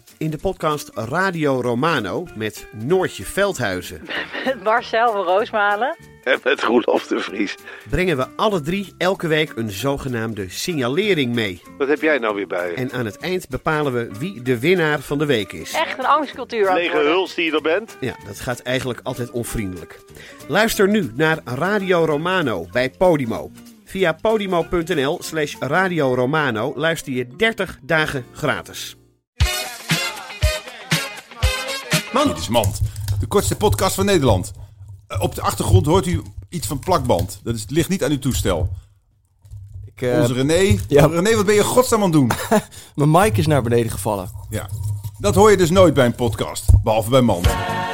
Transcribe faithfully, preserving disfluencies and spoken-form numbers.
In de podcast Radio Romano met Noortje Veldhuizen. Met Marcel van Roosmalen. En met Roelof de Vries. Brengen we alle drie elke week een zogenaamde signalering mee. Wat heb jij nou weer bij je? En aan het eind bepalen we wie de winnaar van de week is. Echt een angstcultuur aan het Lege worden. huls die je er bent. Ja, dat gaat eigenlijk altijd onvriendelijk. Luister nu naar Radio Romano bij Podimo. Via podimo.nl slash Radio Romano luister je dertig dagen gratis. Mand. Dit is Mand, de kortste podcast van Nederland. Uh, op de achtergrond hoort u iets van plakband. Dat is, het ligt niet aan uw toestel. Ik, uh, Onze René. Ja. René, wat ben je in godsnaam aan het doen? Mijn mic is naar beneden gevallen. Ja. Dat hoor je dus nooit bij een podcast. Behalve bij Mand.